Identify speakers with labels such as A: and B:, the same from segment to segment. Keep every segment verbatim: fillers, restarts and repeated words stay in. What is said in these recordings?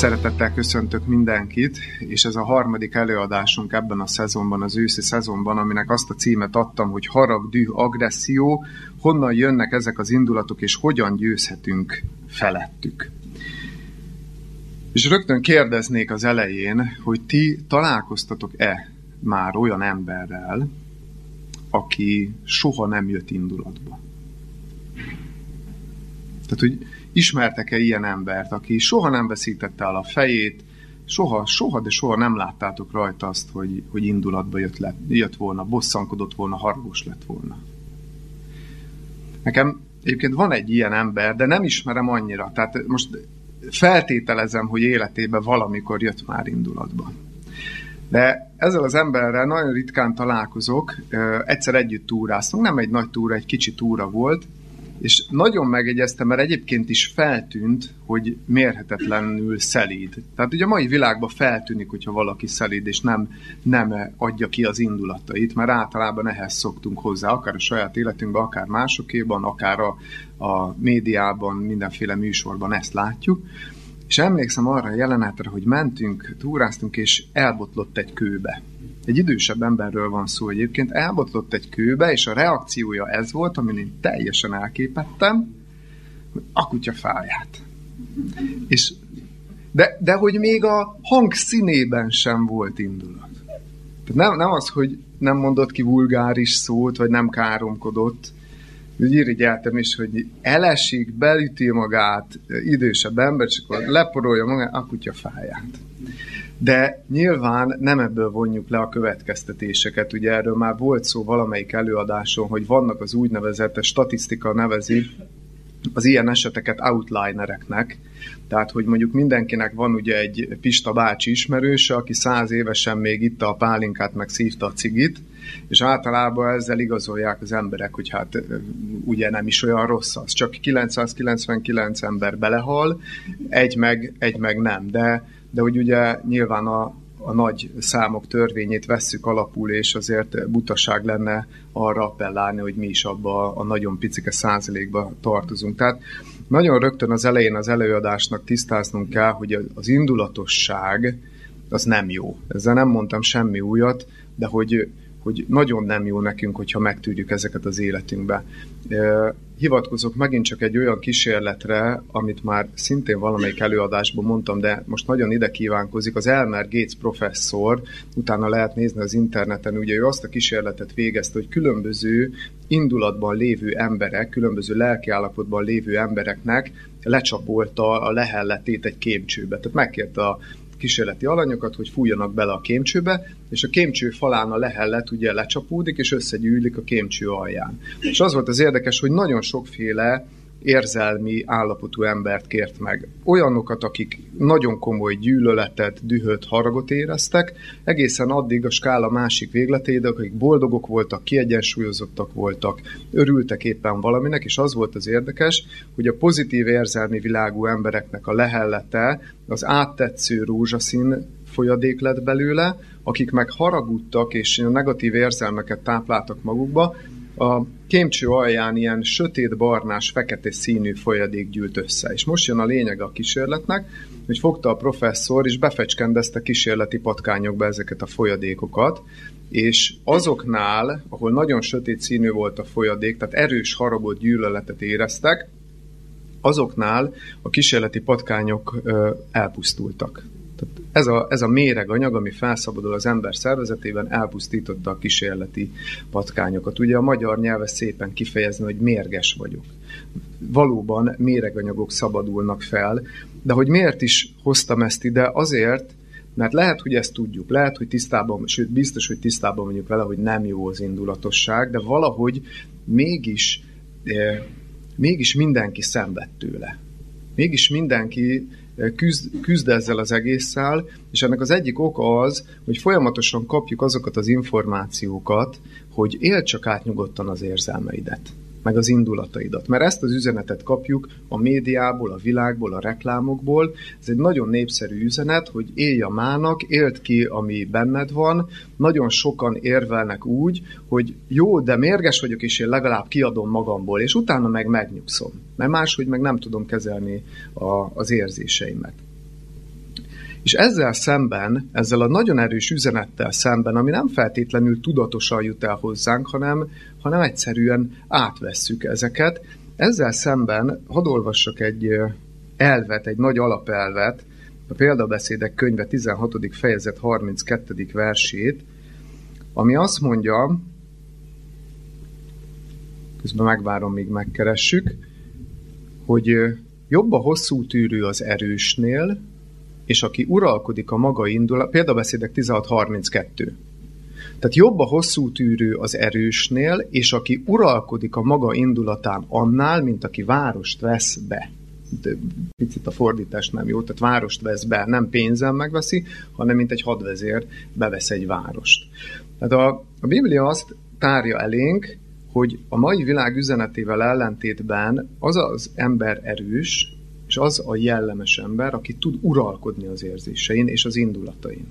A: Szeretettel köszöntök mindenkit, és ez a harmadik előadásunk ebben a szezonban, az őszi szezonban, aminek azt a címet adtam, hogy harag, düh, agresszió, honnan jönnek ezek az indulatok, és hogyan győzhetünk felettük. És rögtön kérdeznék az elején, hogy ti találkoztatok-e már olyan emberrel, aki soha nem jött indulatba? Tehát, hogy ismertek-e ilyen embert, aki soha nem veszítette el a fejét, soha, soha, de soha nem láttátok rajta azt, hogy, hogy indulatba jött, le, jött volna, bosszankodott volna, haragos lett volna. Nekem egyébként van egy ilyen ember, de nem ismerem annyira. Tehát most feltételezem, hogy életében valamikor jött már indulatba. De ezzel az emberrel nagyon ritkán találkozok, egyszer együtt túráztunk, nem egy nagy túra, egy kicsi túra volt, és nagyon megegyeztem, mert egyébként is feltűnt, hogy mérhetetlenül szelíd. Tehát ugye a mai világban feltűnik, hogyha valaki szelíd, és nem, nem adja ki az indulatait, mert általában ehhez szoktunk hozzá, akár a saját életünkben, akár másokéban, akár a, a médiában, mindenféle műsorban ezt látjuk. És emlékszem arra a jelenetre, hogy mentünk, túráztunk, és elbotlott egy kőbe. Egy idősebb emberről van szó egyébként, elbotlott egy kőbe, és a reakciója ez volt, amin én teljesen elképettem, a kutya fáját. És, de, de hogy még a hang színében sem volt indulat. Tehát nem, nem az, hogy nem mondott ki vulgáris szót, vagy nem káromkodott, úgy irigyeltem is, hogy elesik, belüti magát, idősebb ember, és akkor leporolja magát, a kutya fáját. De nyilván nem ebből vonjuk le a következtetéseket. Ugye erről már volt szó valamelyik előadáson, hogy vannak az úgynevezett, statisztika nevezi az ilyen eseteket outlinereknek. Tehát, hogy mondjuk mindenkinek van ugye egy Pista bácsi ismerőse, aki száz évesen még itta a pálinkát, meg szívta a cigit, és általában ezzel igazolják az emberek, hogy hát ugye nem is olyan rossz az. Csak kilencszázkilencvenkilenc ember belehal, egy meg, egy meg nem. De, de hogy ugye nyilván a, a nagy számok törvényét vesszük alapul, és azért butaság lenne arra appellálni, hogy mi is abba a nagyon picike százalékba tartozunk. Tehát nagyon rögtön az elején az előadásnak tisztáznunk kell, hogy az indulatosság az nem jó. Ezzel nem mondtam semmi újat, de hogy hogy nagyon nem jó nekünk, hogyha megtűrjük ezeket az életünkbe. Hivatkozok megint csak egy olyan kísérletre, amit már szintén valamelyik előadásban mondtam, de most nagyon ide kívánkozik. Az Elmer Gates professzor, utána lehet nézni az interneten, ugye ő azt a kísérletet végezte, hogy különböző indulatban lévő emberek, különböző lelkiállapotban lévő embereknek lecsapolta a lehelletét egy kémcsőbe. Tehát megkérte a kísérleti alanyokat, hogy fújjanak bele a kémcsőbe, és a kémcső falán a lehellet ugye lecsapódik, és összegyűlik a kémcső alján. És az volt az érdekes, hogy nagyon sokféle érzelmi állapotú embert kért meg. Olyanokat, akik nagyon komoly gyűlöletet, dühöt, haragot éreztek, egészen addig a skála másik végletéig, akik boldogok voltak, kiegyensúlyozottak voltak, örültek éppen valaminek, és az volt az érdekes, hogy a pozitív érzelmi világú embereknek a lehellete az áttetsző rózsaszín folyadék lett belőle, akik meg haragudtak és negatív érzelmeket tápláltak magukba, a kémcső alján ilyen sötét-barnás, fekete színű folyadék gyűlt össze. És most jön a lényege a kísérletnek, hogy fogta a professzor, és befecskendezte kísérleti patkányokba ezeket a folyadékokat, és azoknál, ahol nagyon sötét színű volt a folyadék, tehát erős haragot, gyűlöletet éreztek, azoknál a kísérleti patkányok ö, elpusztultak. Tehát ez a, ez a méreganyag, ami felszabadul az ember szervezetében, elpusztította a kísérleti patkányokat. Ugye a magyar nyelve szépen kifejezni, hogy mérges vagyok. Valóban méreganyagok szabadulnak fel, de hogy miért is hoztam ezt ide? Azért, mert lehet, hogy ezt tudjuk, lehet, hogy tisztában, sőt biztos, hogy tisztában vagyunk vele, hogy nem jó az indulatosság, de valahogy mégis, eh, mégis mindenki szenved tőle. Mégis mindenki küzd, küzd ezzel az egésszel, és ennek az egyik oka az, hogy folyamatosan kapjuk azokat az információkat, hogy éld csak át nyugodtan az érzelmeidet, meg az indulataidat. Mert ezt az üzenetet kapjuk a médiából, a világból, a reklámokból. Ez egy nagyon népszerű üzenet, hogy élj a mának, éld ki, ami benned van. Nagyon sokan érvelnek úgy, hogy jó, de mérges vagyok, és én legalább kiadom magamból, és utána meg megnyugszom. Mert máshogy meg nem tudom kezelni a, az érzéseimet. És ezzel szemben, ezzel a nagyon erős üzenettel szemben, ami nem feltétlenül tudatosan jut el hozzánk, hanem, hanem egyszerűen átvesszük ezeket, ezzel szemben hadd olvassak egy elvet, egy nagy alapelvet, a Példabeszédek könyve tizenhatodik fejezet harminckettedik versét, ami azt mondja, közben megvárom, míg megkeressük, hogy jobb a hosszú tűrő az erősnél, és aki uralkodik a maga indulat, Példabeszédek tizenhat harminckettő. Tehát jobb a hosszú tűrő az erősnél, és aki uralkodik a maga indulatán annál, mint aki várost vesz be. Picit a fordítás nem jó, tehát várost vesz be, nem pénzen megveszi, hanem mint egy hadvezér bevesz egy várost. Tehát a, a Biblia azt tárja elénk, hogy a mai világ üzenetével ellentétben az az ember erős, és az a jellemes ember, aki tud uralkodni az érzésein és az indulatain.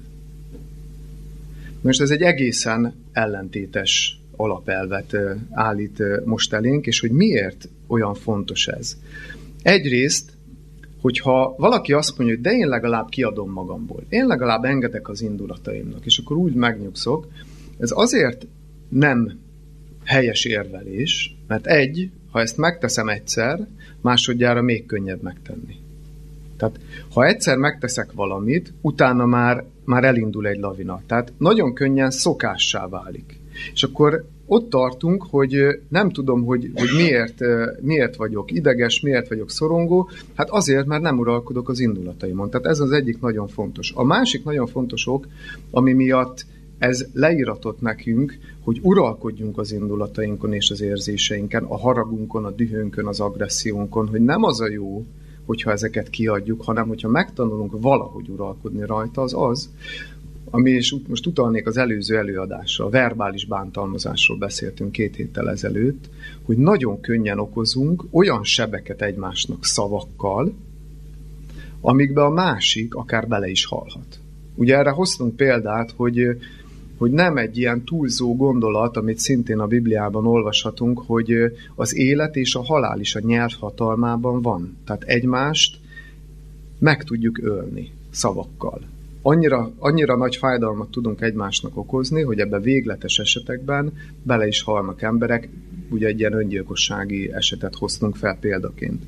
A: Most ez egy egészen ellentétes alapelvet állít most elénk, és hogy miért olyan fontos ez. Egyrészt, hogyha valaki azt mondja, hogy de én legalább kiadom magamból, én legalább engedek az indulataimnak, és akkor úgy megnyugszok, ez azért nem helyes érvelés, mert egy, ha ezt megteszem egyszer, másodjára még könnyebb megtenni. Tehát, ha egyszer megteszek valamit, utána már, már elindul egy lavina. Tehát nagyon könnyen szokássá válik. És akkor ott tartunk, hogy nem tudom, hogy, hogy miért, miért vagyok ideges, miért vagyok szorongó. Hát azért, mert nem uralkodok az indulataimon. Tehát ez az egyik nagyon fontos. A másik nagyon fontos ok, ami miatt ez leíratott nekünk, hogy uralkodjunk az indulatainkon és az érzéseinken, a haragunkon, a dühünkön, az agressziónkon, hogy nem az a jó, hogyha ezeket kiadjuk, hanem hogyha megtanulunk valahogy uralkodni rajta, az az, ami, és most utalnék az előző előadásra, a verbális bántalmazásról beszéltünk két héttel ezelőtt, hogy nagyon könnyen okozunk olyan sebeket egymásnak szavakkal, amikbe a másik akár bele is halhat. Ugye erre hoztunk példát, hogy hogy nem egy ilyen túlzó gondolat, amit szintén a Bibliában olvashatunk, hogy az élet és a halál is a nyelv hatalmában van. Tehát egymást meg tudjuk ölni szavakkal. Annyira, annyira nagy fájdalmat tudunk egymásnak okozni, hogy ebben végletes esetekben bele is halnak emberek. Ugye egy ilyen öngyilkossági esetet hoztunk fel példaként.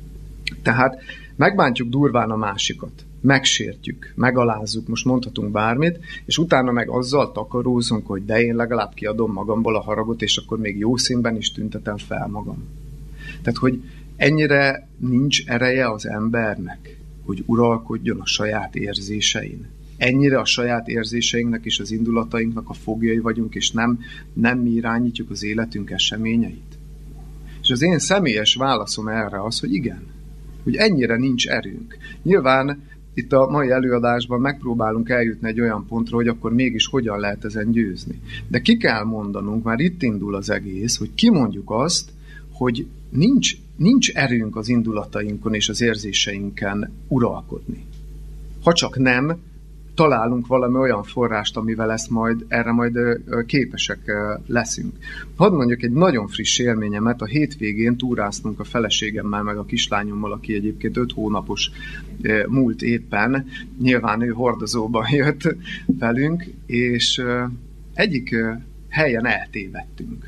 A: Tehát megbántjuk durván a másikat. Megsértjük, megalázzuk, most mondhatunk bármit, és utána meg azzal takarózunk, hogy de én legalább kiadom magamból a haragot, és akkor még jó színben is tüntetem fel magam. Tehát, hogy ennyire nincs ereje az embernek, hogy uralkodjon a saját érzésein. Ennyire a saját érzéseinknek és az indulatainknak a foglyai vagyunk, és nem, nem mi irányítjuk az életünk eseményeit. És az én személyes válaszom erre az, hogy igen, hogy ennyire nincs erőnk. Nyilván itt a mai előadásban megpróbálunk eljutni egy olyan pontra, hogy akkor mégis hogyan lehet ezen győzni. De ki kell mondanunk, már itt indul az egész, hogy kimondjuk azt, hogy nincs, nincs erőnk az indulatainkon és az érzéseinken uralkodni. Ha csak nem, találunk valami olyan forrást, amivel ezt majd, erre majd képesek leszünk. Hadd mondjuk egy nagyon friss élményemet, a hétvégén túráztunk a feleségemmel, meg a kislányommal, aki egyébként öt hónapos múlt éppen, nyilván ő hordozóban jött velünk, és egyik helyen eltévedtünk.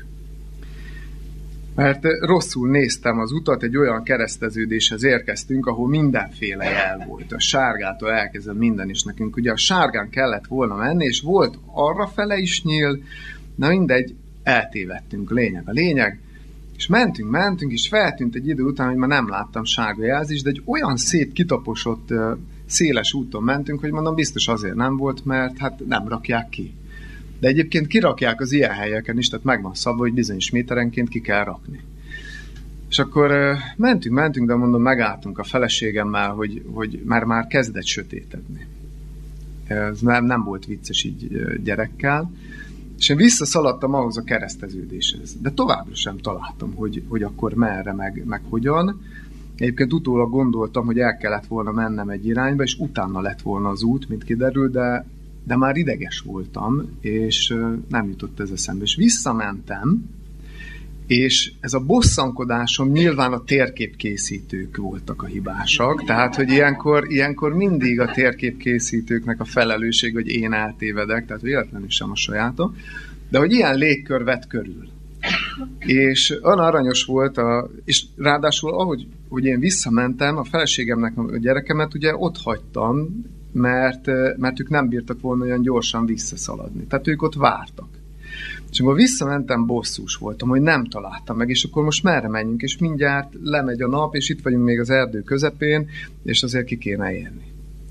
A: Mert rosszul néztem az utat, egy olyan kereszteződéshez érkeztünk, ahol mindenféle jel volt. A sárgától elkezdve minden is nekünk. Ugye a sárgán kellett volna menni, és volt arrafele is nyíl, na mindegy, eltévedtünk, lényeg a lényeg. És mentünk, mentünk, és feltűnt egy idő után, hogy már nem láttam sárga jelzést, de egy olyan szép, kitaposott, széles úton mentünk, hogy mondom, biztos azért nem volt, mert hát nem rakják ki. De egyébként kirakják az ilyen helyeken is, tehát meg van szabva, hogy bizonyos méterenként ki kell rakni. És akkor uh, mentünk, mentünk, de mondom, megálltunk a feleségemmel, hogy, hogy már, már kezdett sötétedni. Ez nem, nem volt vicces így uh, gyerekkel. És én visszaszaladtam ahhoz a kereszteződéshez. De továbbra sem találtam, hogy, hogy akkor merre, meg, meg hogyan. Egyébként utólag gondoltam, hogy el kellett volna mennem egy irányba, és utána lett volna az út, mint kiderül, de de már ideges voltam, és nem jutott ez eszembe. És visszamentem, És ez a bosszankodásom nyilván a térképkészítők voltak a hibásak, tehát, hogy ilyenkor, ilyenkor mindig a térképkészítőknek a felelősség, hogy én eltévedek, tehát véletlenül sem a sajátom, de hogy ilyen légkör vett körül. És olyan aranyos volt, a, és ráadásul ahogy hogy én visszamentem, a feleségemnek a gyerekemet ugye ott hagytam, mert, mert ők nem bírtak volna olyan gyorsan visszaszaladni. Tehát ők ott vártak. És amikor visszamentem, bosszús voltam, hogy nem találtam meg, és akkor most merre menjünk, és mindjárt lemegy a nap, és itt vagyunk még az erdő közepén, és azért ki kéne érni.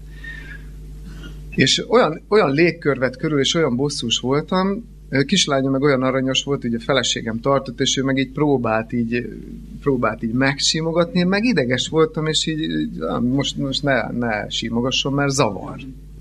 A: És olyan, olyan légkör vett körül, és olyan bosszús voltam, kislányom meg olyan aranyos volt, hogy a feleségem tartott, és ő meg így próbált így, próbált így megsimogatni, én meg ideges voltam, és így most, most ne, ne simogasson, mert zavar.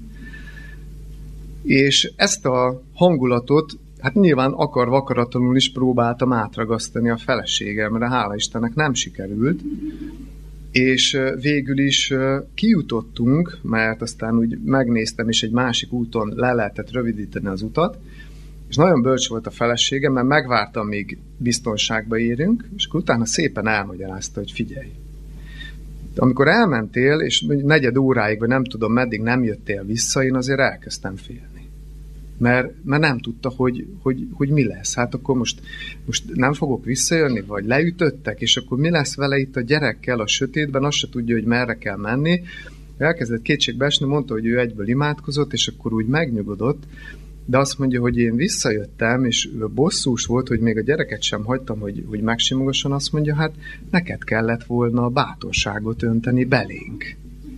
A: És ezt a hangulatot, hát nyilván akarva akaratlanul is próbáltam átragasztani a feleségemre, hála Istennek nem sikerült, és végül is kijutottunk, mert aztán úgy megnéztem, és egy másik úton le lehetett rövidíteni az utat, és nagyon bölcs volt a feleségem, mert megvártam, míg biztonságba érünk, és akkor utána szépen elmagyarázta, hogy figyelj. De amikor elmentél, és negyed óráig, vagy nem tudom, meddig nem jöttél vissza, én azért elkezdtem félni. Mert, mert nem tudta, hogy, hogy, hogy mi lesz. Hát akkor most, most nem fogok visszajönni, vagy leütöttek, és akkor mi lesz vele itt a gyerekkel a sötétben, azt se tudja, hogy merre kell menni. Elkezdett kétségbe esni, mondta, hogy ő egyből imádkozott, és akkor úgy megnyugodott, de azt mondja, hogy én visszajöttem, és bosszús volt, hogy még a gyereket sem hagytam, hogy, hogy megsimogasson, azt mondja, hát neked kellett volna a bátorságot önteni belénk.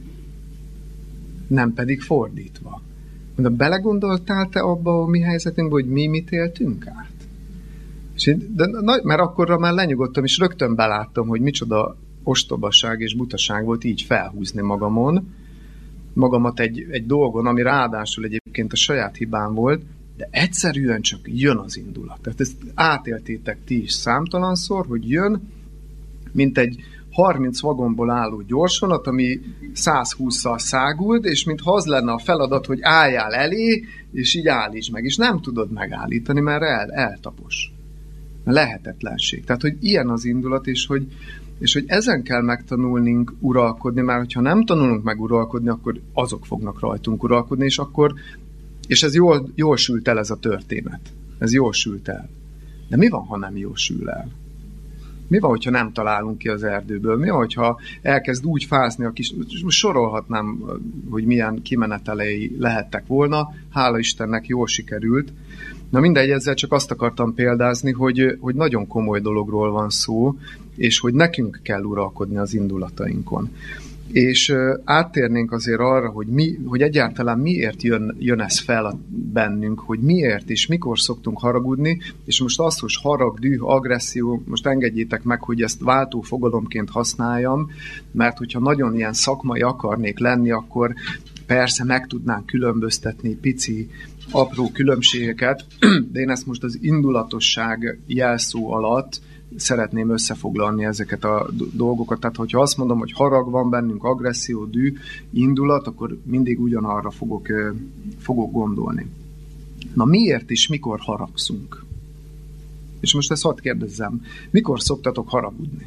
A: Nem pedig fordítva. Mondom, belegondoltál te abba a mi helyzetünkbe, hogy mi mit éltünk át? És én, de, na, mert akkorra már lenyugodtam, és rögtön beláttam, hogy micsoda ostobaság és butaság volt így felhúzni magamon, magamat egy, egy dolgon, ami ráadásul egyébként a saját hibám volt, de egyszerűen csak jön az indulat. Tehát ezt átéltétek ti is számtalanszor, hogy jön, mint egy harminc vagonból álló gyorsvonat, ami százhússzal száguld, és mintha az lenne a feladat, hogy álljál elé, és így állítsd meg. És nem tudod megállítani, mert el, eltapos. Lehetetlenség. Tehát, hogy ilyen az indulat, és hogy, és hogy ezen kell megtanulnunk uralkodni, mert hogyha nem tanulunk meg uralkodni, akkor azok fognak rajtunk uralkodni, és akkor, és ez jól, jól sült el ez a történet. Ez jól sült el. De mi van, ha nem jól sül el? Mi van, hogyha nem találunk ki az erdőből? Mi van, hogyha elkezd úgy fázni a kis... Most sorolhatnám, hogy milyen kimenetelei lehettek volna. Hála Istennek jól sikerült. Na mindegy, ezzel csak azt akartam példázni, hogy, hogy nagyon komoly dologról van szó, és hogy nekünk kell uralkodni az indulatainkon. És uh, áttérnénk azért arra, hogy, mi, hogy egyáltalán miért jön, jön ez fel a, bennünk, hogy miért és mikor szoktunk haragudni, és most az, hogy harag, düh, agresszió, most engedjétek meg, hogy ezt váltó fogalomként használjam, mert hogyha nagyon ilyen szakmai akarnék lenni, akkor persze meg tudnánk különböztetni pici, apró különbségeket, de én ezt most az indulatosság jelszó alatt szeretném összefoglalni ezeket a dolgokat. Tehát, hogyha azt mondom, hogy harag van bennünk, agresszió, dű, indulat, akkor mindig ugyanarra fogok, fogok gondolni. Na miért és mikor haragszunk? És most ezt hadd kérdezzem, mikor szoktatok haragudni?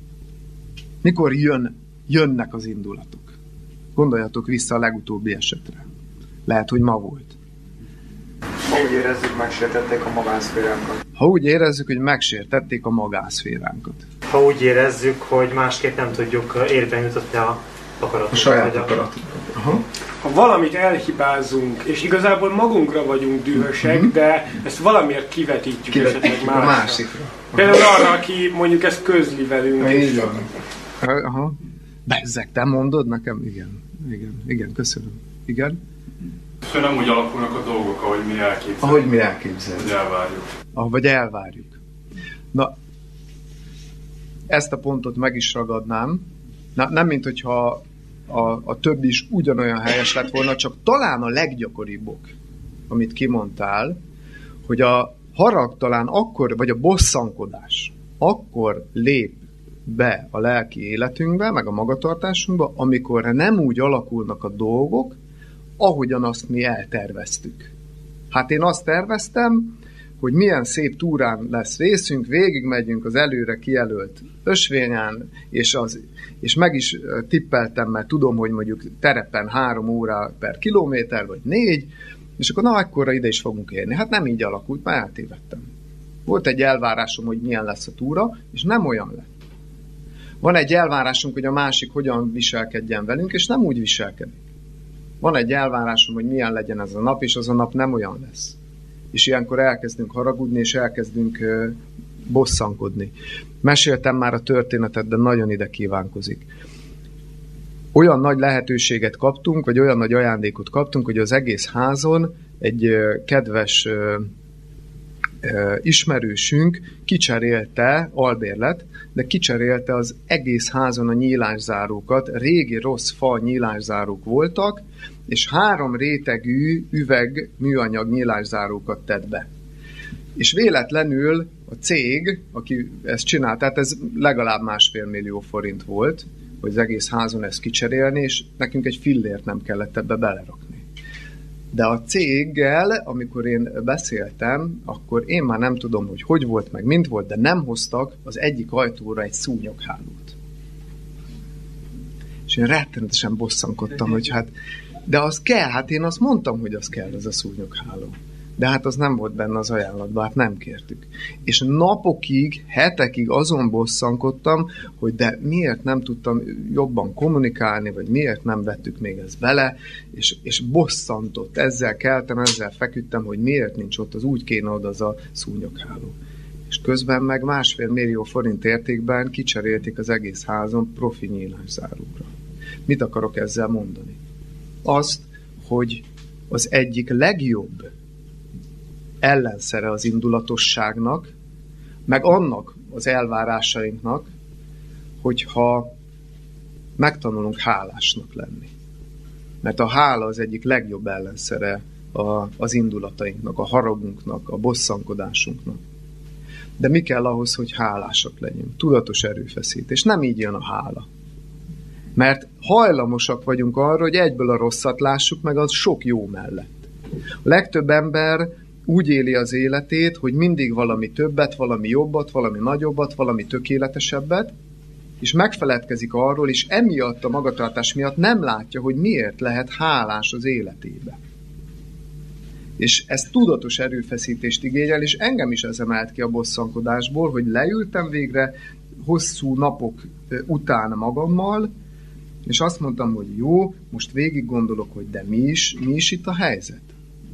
A: Mikor jön, jönnek az indulatok? Gondoljatok vissza a legutóbbi esetre. Lehet, hogy ma volt.
B: Ha úgy érezzük, megsértették a magánszféránkat.
A: Ha úgy érezzük, hogy megsértették a magánszféránkat.
C: Ha úgy érezzük, hogy másképp nem tudjuk érvényre jutatni a akaratot.
A: A saját akaratot. Aha.
B: Ha valamit elhibázunk, és igazából magunkra vagyunk dühösek, mm-hmm. de ezt valamiért kivetítjük
A: Kivetítjük
B: esetleg másra.
A: a másikra.
B: Például arra, aki mondjuk ezt közli velünk.
A: Így van. Aha. Bezzeg, te mondod nekem? Igen. Igen, igen, köszönöm. Igen?
D: Szóval nem úgy alakulnak a dolgok, ahogy mi elképzeljük.
A: Ahogy mi elképzeljük.
D: Vagy elvárjuk.
A: Ahogy elvárjuk. Na, ezt a pontot meg is ragadnám. Na, nem, mint hogyha a, a többi is ugyanolyan helyes lett volna, csak talán a leggyakoribbok, amit kimondtál, hogy a harag talán akkor, vagy a bosszankodás akkor lép be a lelki életünkbe, meg a magatartásunkba, amikor nem úgy alakulnak a dolgok, ahogyan azt mi elterveztük. Hát én azt terveztem, hogy milyen szép túrán lesz részünk, végigmegyünk az előre kijelölt ösvényen, és, az, és meg is tippeltem, mert tudom, hogy mondjuk terepen három óra per kilométer, vagy négy, és akkor na, ekkorra ide is fogunk érni. Hát nem így alakult, már eltévedtem. Volt egy elvárásom, hogy milyen lesz a túra, és nem olyan lett. Van egy elvárásunk, hogy a másik hogyan viselkedjen velünk, és nem úgy viselkedik. Van egy elvárásom, hogy milyen legyen ez a nap, és az a nap nem olyan lesz. És ilyenkor elkezdünk haragudni, és elkezdünk uh, bosszankodni. Meséltem már a történetet, de nagyon ide kívánkozik. Olyan nagy lehetőséget kaptunk, vagy olyan nagy ajándékot kaptunk, hogy az egész házon egy uh, kedves uh, uh, ismerősünk kicserélte, albérlet, de kicserélte az egész házon a nyílászárókat. Régi rossz fa nyílászárók voltak, és három rétegű üveg műanyag nyílászárókat tett be. És véletlenül a cég, aki ezt csinált, tehát ez legalább másfél millió forint volt, hogy az egész házon ezt kicserélni, és nekünk egy fillért nem kellett ebbe belerakni. De a céggel, amikor én beszéltem, akkor én már nem tudom, hogy hogy volt, meg mint volt, de nem hoztak az egyik ajtóra egy szúnyoghálót. És én rettenetesen bosszankodtam, hogy hát, de az kell, hát én azt mondtam, hogy az kell, ez a szúnyogháló. De hát az nem volt benne az ajánlatban, hát nem kértük. És napokig, hetekig azon bosszankodtam, hogy de miért nem tudtam jobban kommunikálni, vagy miért nem vettük még ezt bele, és, és bosszantott. Ezzel keltem, ezzel feküdtem, hogy miért nincs ott, az úgy kéne oda az a szúnyogháló. És közben meg másfél millió forint értékben kicserélték az egész házon profi nyílászárókra. Mit akarok ezzel mondani? Azt, hogy az egyik legjobb ellenszere az indulatosságnak, meg annak az elvárásainknak, hogyha megtanulunk hálásnak lenni. Mert a hála az egyik legjobb ellenszere a, az indulatainknak, a haragunknak, a bosszankodásunknak. De mi kell ahhoz, hogy hálásak legyünk? Tudatos erőfeszítés. Nem így jön a hála. Mert hajlamosak vagyunk arra, hogy egyből a rosszat lássuk, meg az sok jó mellett. A legtöbb ember úgy éli az életét, hogy mindig valami többet, valami jobbat, valami nagyobbat, valami tökéletesebbet, és megfeledkezik arról, és emiatt a magatartás miatt nem látja, hogy miért lehet hálás az életébe. És ez tudatos erőfeszítést igényel, és engem is ez emelt ki a bosszankodásból, hogy leültem végre hosszú napok után magammal, és azt mondtam, hogy jó, most végig gondolok, hogy de mi is, mi is itt a helyzet.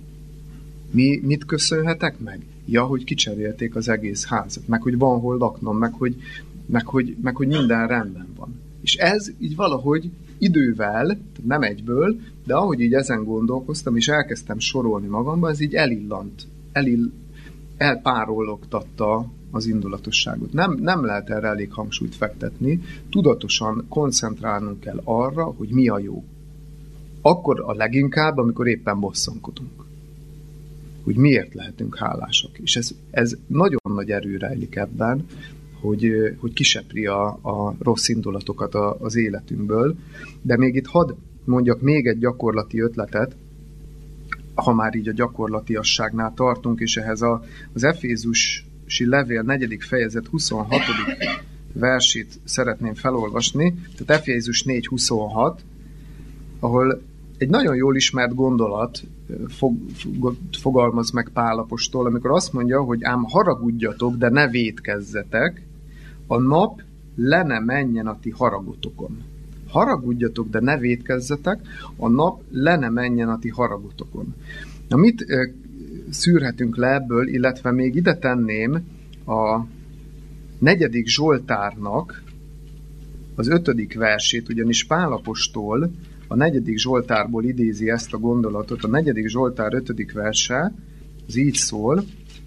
A: Mi, mit köszönhetek meg? Ja, hogy kicserélték az egész házat, meg hogy van hol laknom, meg hogy, meg, hogy, meg hogy minden rendben van. És ez így valahogy idővel, nem egyből, de ahogy így ezen gondolkoztam, és elkezdtem sorolni magamba, ez így elillant, elill, elpárologtatta az indulatosságot. Nem, nem lehet erre elég hangsúlyt fektetni, tudatosan koncentrálnunk kell arra, hogy mi a jó. Akkor a leginkább, amikor éppen bosszankodunk. Hogy miért lehetünk hálásak. És ez, ez nagyon nagy erő rejlik ebben, hogy, hogy kisepri a, a rossz indulatokat a, az életünkből. De még itt hadd mondjak még egy gyakorlati ötletet, ha már így a gyakorlatiasságnál tartunk, és ehhez a, az Efézusi levél negyedik fejezet huszonhatodik versét szeretném felolvasni, tehát Efézus négy huszonhat, ahol egy nagyon jól ismert gondolat fog, fog, fogalmaz meg Pál apostol, amikor azt mondja, hogy ám haragudjatok, de ne vétkezzetek, a nap le ne menjen a ti haragotokon. Haragudjatok, de ne vétkezzetek, a nap le ne menjen a ti haragotokon. Na mit e, szűrhetünk le ebből, illetve még ide tenném a negyedik Zsoltárnak az ötödik versét, ugyanis Pál apostol a negyedik Zsoltárból idézi ezt a gondolatot. A negyedik Zsoltár ötödik verse, az így szól,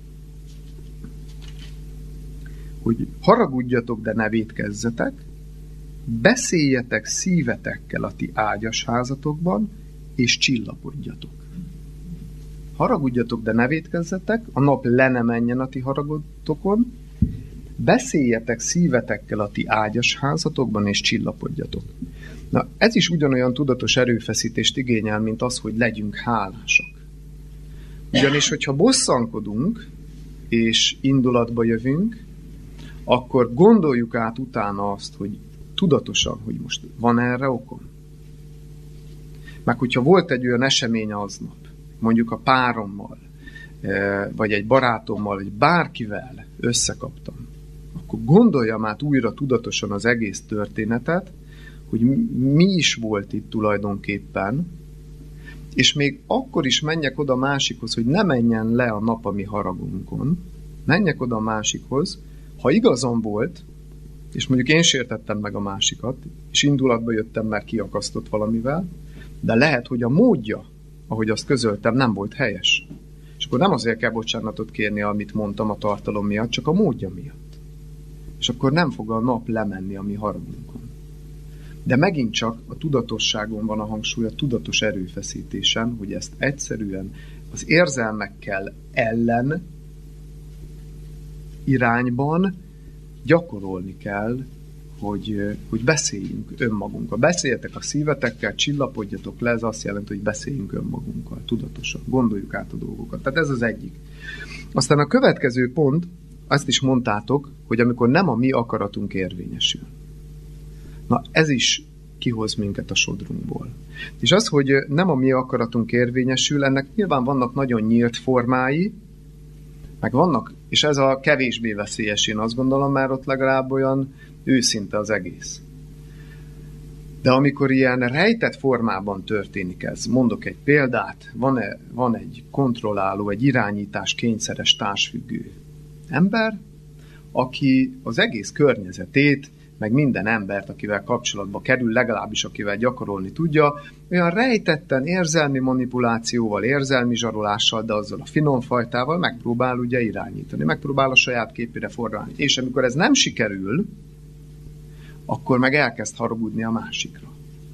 A: hogy haragudjatok, de ne vétkezzetek, beszéljetek szívetekkel a ti ágyas házatokban, és csillapodjatok. Haragudjatok, de ne vétkezzetek, a nap le ne menjen a ti haragotokon, beszéljetek szívetekkel a ti ágyas házatokban, és csillapodjatok. Na, ez is ugyanolyan tudatos erőfeszítést igényel, mint az, hogy legyünk hálásak. Ugyanis, hogyha bosszankodunk, és indulatba jövünk, akkor gondoljuk át utána azt, hogy tudatosan, hogy most van erre okom. Meg hogyha volt egy olyan esemény aznap, mondjuk a párommal, vagy egy barátommal, vagy bárkivel összekaptam, akkor gondoljam át újra tudatosan az egész történetet, hogy mi is volt itt tulajdonképpen, és még akkor is menjek oda a másikhoz, hogy ne menjen le a nap a mi haragunkon, menjek oda a másikhoz, ha igazam volt, és mondjuk én sértettem meg a másikat, és indulatba jöttem, mert kiakasztott valamivel, de lehet, hogy a módja, ahogy azt közöltem, nem volt helyes. És akkor nem azért kell bocsánatot kérni, amit mondtam a tartalom miatt, csak a módja miatt. És akkor nem fog a nap lemenni a mi haragunkon. De megint csak a tudatosságon van a hangsúly, a tudatos erőfeszítésen, hogy ezt egyszerűen az érzelmekkel ellen irányban gyakorolni kell, hogy, hogy beszéljünk önmagunkkal. Beszéljetek a szívetekkel, csillapodjatok le, ez azt jelenti, hogy beszéljünk önmagunkkal, tudatosan, gondoljuk át a dolgokat. Tehát ez az egyik. Aztán a következő pont, azt is mondtátok, hogy amikor nem a mi akaratunk érvényesül. Na, ez is kihoz minket a sodrunkból. És az, hogy nem a mi akaratunk érvényesül, ennek nyilván vannak nagyon nyílt formái, meg vannak, és ez a kevésbé veszélyes, én azt gondolom, mert ott legalább olyan őszinte az egész. De amikor ilyen rejtett formában történik ez, mondok egy példát, van, -e, van egy kontrolláló, egy irányítás kényszeres társfüggő ember, aki az egész környezetét, meg minden embert, akivel kapcsolatba kerül, legalábbis akivel gyakorolni tudja, olyan rejtetten érzelmi manipulációval, érzelmi zsarolással, de azzal a finom fajtával megpróbál ugye irányítani, megpróbál a saját képére forralni. És amikor ez nem sikerül, akkor meg elkezd haragudni a másikra.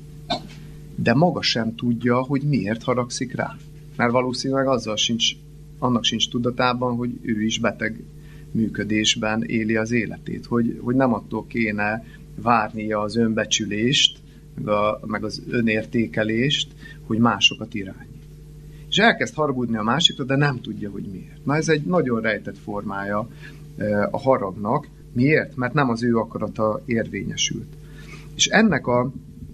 A: De maga sem tudja, hogy miért haragszik rá. Mert valószínűleg azzal sincs, annak sincs tudatában, hogy ő is beteg működésben éli az életét, hogy, hogy nem attól kéne várnia az önbecsülést, meg, a, meg az önértékelést, hogy másokat irányít. És elkezd haragudni a másikra, de nem tudja, hogy miért. Na ez egy nagyon rejtett formája a haragnak. Miért? Mert nem az ő akarata érvényesült. És ennek a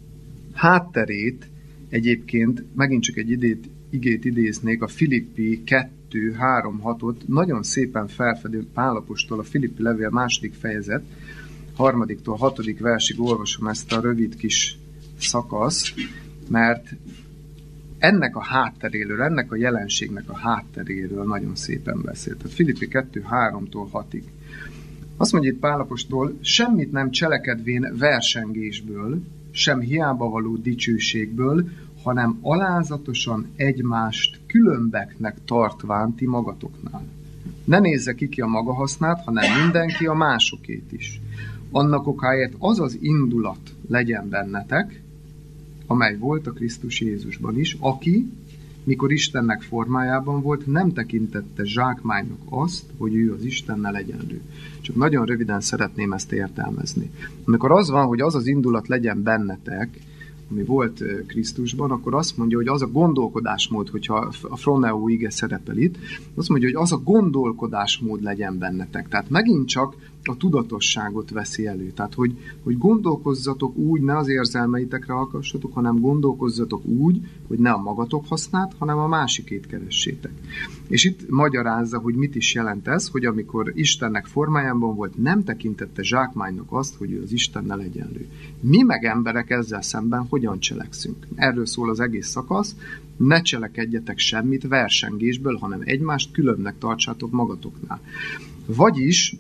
A: hátterét egyébként, megint csak egy idét, igét idéznék, a Filippi kettő három hatot nagyon szépen felfedő Pál apostol, a Filippi levél második fejezet, harmadiktól hatodik versig olvasom ezt a rövid kis szakaszt, mert ennek a hátteréről, ennek a jelenségnek a hátteréről nagyon szépen beszélt. A Filippi kettő háromtól hatig. Azt mondja itt Pál apostol, semmit nem cselekedvén versengésből, sem hiába való dicsőségből, hanem alázatosan egymást különbeknek tartván ti magatoknál. Ne nézze ki ki a maga hasznát, hanem mindenki a másokét is. Annak okáért az az indulat legyen bennetek, amely volt a Krisztus Jézusban is, aki, mikor Istennek formájában volt, nem tekintette zsákmánynak azt, hogy ő az Istennel egyenlő. Csak nagyon röviden szeretném ezt értelmezni. Amikor az van, hogy az az indulat legyen bennetek, ami volt Krisztusban, akkor azt mondja, hogy az a gondolkodásmód, hogyha a froneo ige szerepel itt, azt mondja, hogy az a gondolkodásmód legyen bennetek. Tehát megint csak a tudatosságot veszi elő. Tehát, hogy, hogy gondolkozzatok úgy, ne az érzelmeitekre alkassatok, hanem gondolkozzatok úgy, hogy ne a magatok hasznát, hanem a másikét keressétek. És itt magyarázza, hogy mit is jelent ez, hogy amikor Istennek formájában volt, nem tekintette zsákmánynak azt, hogy ő az Istennel egyenlő. Mi meg emberek ezzel szemben hogyan cselekszünk? Erről szól az egész szakasz, ne cselekedjetek semmit versengésből, hanem egymást különnek tartsátok magatoknál. Vagyis,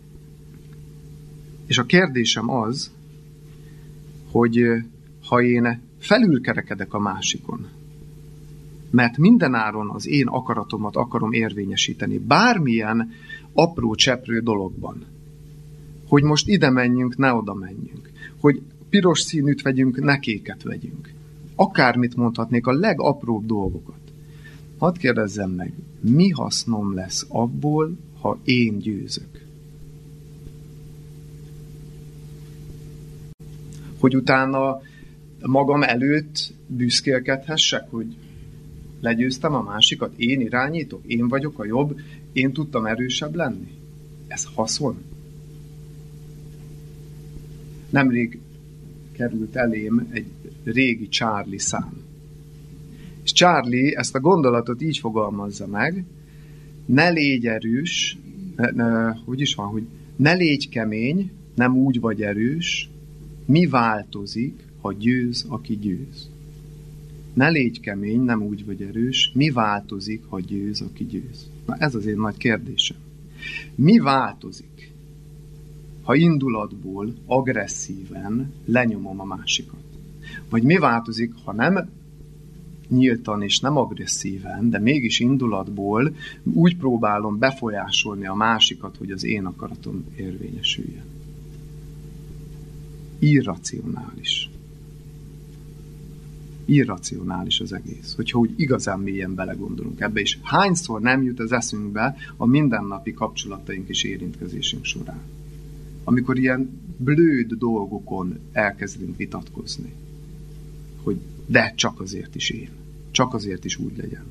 A: és a kérdésem az, hogy ha én felülkerekedek a másikon, mert mindenáron az én akaratomat akarom érvényesíteni, bármilyen apró cseprő dologban, hogy most ide menjünk, ne oda menjünk, hogy piros színűt vegyünk, ne kéket vegyünk. Akármit mondhatnék, a legapróbb dolgokat. Hadd kérdezzem meg, mi hasznom lesz abból, ha én győzök? Hogy utána magam előtt büszkélkedhessek, hogy Legyőztem a másikat, én irányítok, én vagyok a jobb, én tudtam erősebb lenni. Ez haszon. Nemrég került elém egy régi Charlie szám. És Charlie ezt a gondolatot így fogalmazza meg, ne légy erős, ne, ne, hogy is van, hogy ne légy kemény, nem úgy vagy erős, mi változik, ha győz, aki győz. Ne légy kemény, nem úgy vagy erős, mi változik, ha győz, aki győz. Na ez az én nagy kérdésem. Mi változik, ha indulatból agresszíven lenyomom a másikat? Vagy mi változik, ha nem nyíltan és nem agresszíven, de mégis indulatból úgy próbálom befolyásolni a másikat, hogy az én akaratom érvényesüljön? Irracionális. Irracionális az egész, hogyha úgy igazán mélyen belegondolunk ebbe, és hányszor nem jut az eszünkbe a mindennapi kapcsolataink és érintkezésünk során. Amikor ilyen blőd dolgokon elkezdünk vitatkozni, hogy de csak azért is én, csak azért is úgy legyen.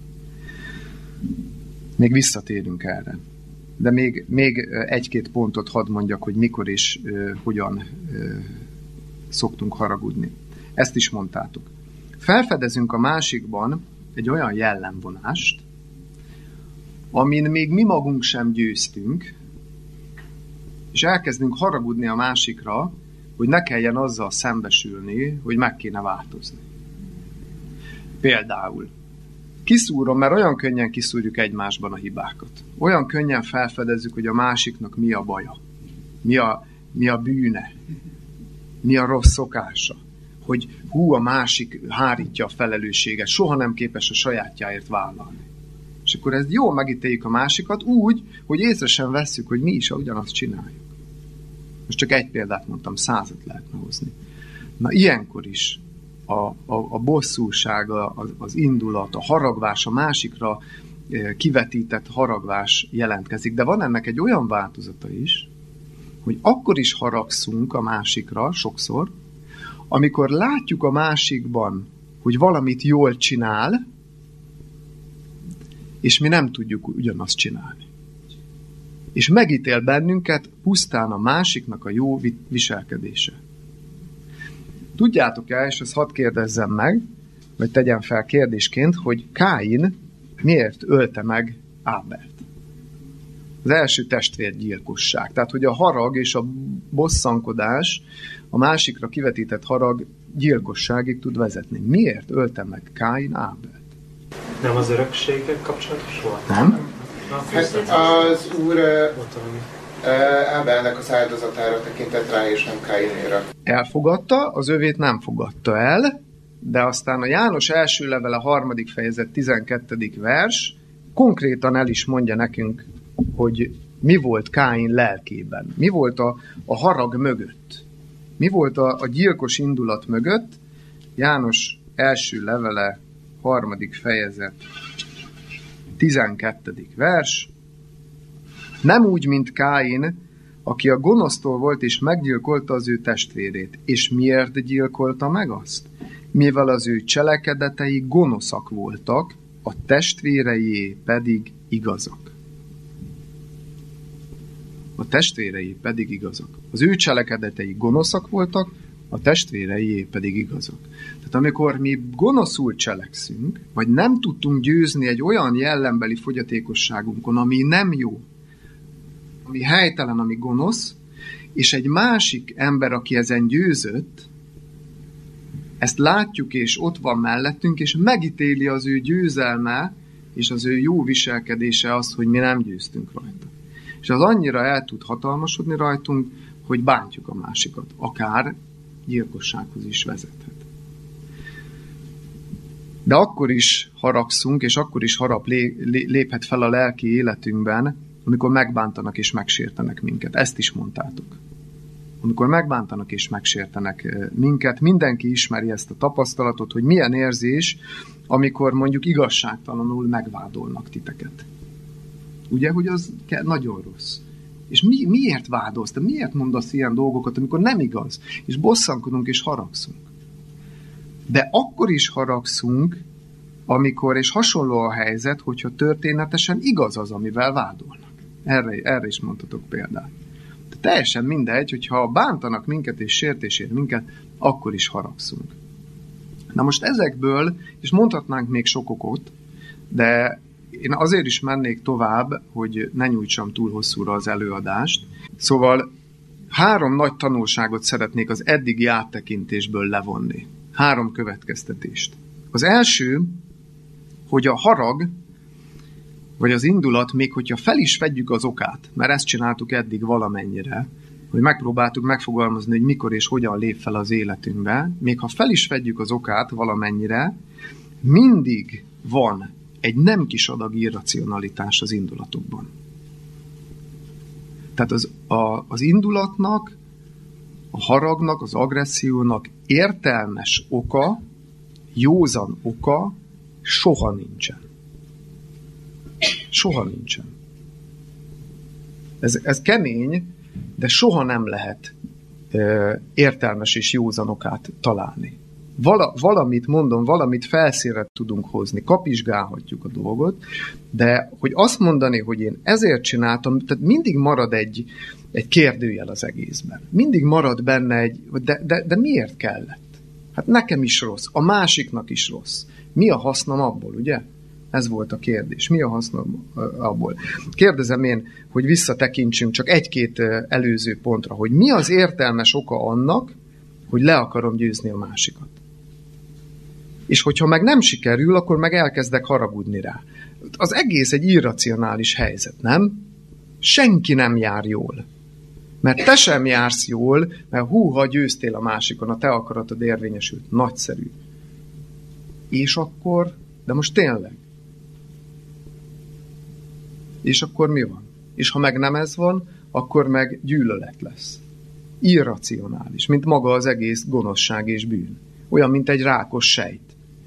A: Még visszatérünk erre. De még, még egy-két pontot hadd mondjak, hogy mikor és uh, hogyan uh, szoktunk haragudni. Ezt is mondtátok. Felfedezünk a másikban egy olyan jellemvonást, amin még mi magunk sem győztünk, és elkezdünk haragudni a másikra, hogy ne kelljen azzal szembesülni, hogy meg kéne változni. Például kiszúrom, mert olyan könnyen kiszúrjuk egymásban a hibákat. Olyan könnyen felfedezzük, hogy a másiknak mi a baja, mi a, mi a bűne, mi a rossz szokása, hogy hú, a másik hárítja a felelősséget, soha nem képes a sajátjáért vállalni. És akkor ezt jól megítéljük a másikat úgy, hogy észre sem vesszük, hogy mi is ugyanazt csináljuk. Most csak egy példát mondtam, százat lehetne hozni. Na ilyenkor is a, a, a bosszúság, az, az indulat, a haragvás, a másikra kivetített haragvás jelentkezik. De van ennek egy olyan változata is, hogy akkor is haragszunk a másikra sokszor, amikor látjuk a másikban, hogy valamit jól csinál, és mi nem tudjuk ugyanazt csinálni. És megítél bennünket pusztán a másiknak a jó viselkedése. Tudjátok-e, és ezt hadd kérdezzem meg, vagy tegyem fel kérdésként, hogy Káin miért ölte meg Ábelt? Az első testvérgyilkosság. Tehát, hogy a harag és a bosszankodás, a másikra kivetített harag gyilkosságig tud vezetni. Miért ölte meg Káin Ábelt?
C: Nem az örökséggel kapcsolatos volt?
A: Nem?
E: Hát az úr Ábelnek az áldozatára tekintett rá, és nem Káinére.
A: Elfogadta, az övét nem fogadta el, de aztán a János első levele harmadik fejezet tizenkettedik vers konkrétan el is mondja nekünk, hogy mi volt Káin lelkében, mi volt a, a harag mögött, mi volt a, a gyilkos indulat mögött. János első levele harmadik fejezet tizenkettedik vers. Nem úgy, mint Káin, aki a gonosztól volt és meggyilkolta az ő testvérét. És miért gyilkolta meg azt? Mivel az ő cselekedetei gonoszak voltak, a testvérei pedig igazak. A testvérei pedig igazak. Az ő cselekedetei gonoszak voltak, a testvérei pedig igazak. Tehát amikor mi gonoszul cselekszünk, vagy nem tudtunk győzni egy olyan jellembeli fogyatékosságunkon, ami nem jó, ami helytelen, ami gonosz, és egy másik ember, aki ezen győzött, ezt látjuk, és ott van mellettünk, és megítéli az ő győzelme, és az ő jó viselkedése azt, hogy mi nem győztünk rajta. És az annyira el tud hatalmasodni rajtunk, hogy bántjuk a másikat. Akár gyilkossághoz is vezethet. De akkor is haragszunk, és akkor is harap léphet fel a lelki életünkben, amikor megbántanak és megsértenek minket. Ezt is mondtátok. Amikor megbántanak és megsértenek minket, mindenki ismeri ezt a tapasztalatot, hogy milyen érzés, amikor mondjuk igazságtalanul megvádolnak titeket. Ugye, hogy az nagyon rossz. És mi, miért vádolsz? Te miért mondasz ilyen dolgokat, amikor nem igaz? És bosszankodunk és haragszunk. De akkor is haragszunk, amikor, és hasonló a helyzet, hogyha történetesen igaz az, amivel vádolnak. Erre, erre is mondhatok példát. De teljesen mindegy, hogyha bántanak minket és sértésért minket, akkor is haragszunk. Na most ezekből, és mondhatnánk még sok okot, de én azért is mennék tovább, hogy ne nyújtsam túl hosszúra az előadást. Szóval három nagy tanulságot szeretnék az eddigi áttekintésből levonni. Három következtetést. Az első, hogy a harag, vagy az indulat, még hogyha fel is fedjük az okát, mert ezt csináltuk eddig valamennyire, hogy megpróbáltuk megfogalmazni, hogy mikor és hogyan lép fel az életünkbe, még ha fel is fedjük az okát valamennyire, mindig van egy nem kis adag irracionalitás az indulatokban. Tehát az, a, az indulatnak, a haragnak, az agressziónak értelmes oka, józan oka soha nincsen. Soha nincsen. Ez, ez kemény, de soha nem lehet ö, értelmes és józan okát találni. Vala, valamit, mondom, valamit felszínre tudunk hozni, kapizsgálhatjuk a dolgot, de hogy azt mondani, hogy én ezért csináltam, tehát mindig marad egy, egy kérdőjel az egészben. Mindig marad benne egy, de, de, de miért kellett? Hát nekem is rossz, a másiknak is rossz. Mi a hasznom abból, ugye? Ez volt a kérdés. Mi a hasznom abból? Kérdezem én, hogy visszatekintsünk csak egy-két előző pontra, hogy mi az értelmes oka annak, hogy le akarom győzni a másikat. És hogyha meg nem sikerül, akkor meg elkezdek haragudni rá. Az egész egy irracionális helyzet, nem? Senki nem jár jól. Mert te sem jársz jól, mert húha, győztél a másikon, a te akaratod érvényesült. Nagyszerű. És akkor, de most tényleg. És akkor mi van? És ha meg nem ez van, akkor meg gyűlölet lesz. Irracionális, mint maga az egész gonoszság és bűn. Olyan, mint egy rákos sejt.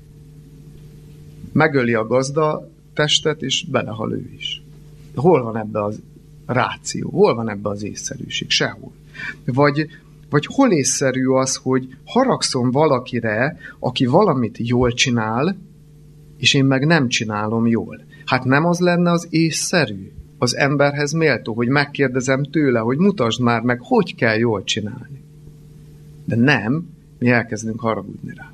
A: Megöli a gazda testet, és belehal ő is. Hol van ebbe az ráció? Hol van ebbe az észszerűség? Sehol. Vagy, vagy hol észszerű az, hogy haragszom valakire, aki valamit jól csinál, és én meg nem csinálom jól. Hát nem az lenne az észszerű, az emberhez méltó, hogy megkérdezem tőle, hogy mutasd már meg, hogy kell jól csinálni. De nem, mi elkezdünk haragudni rá.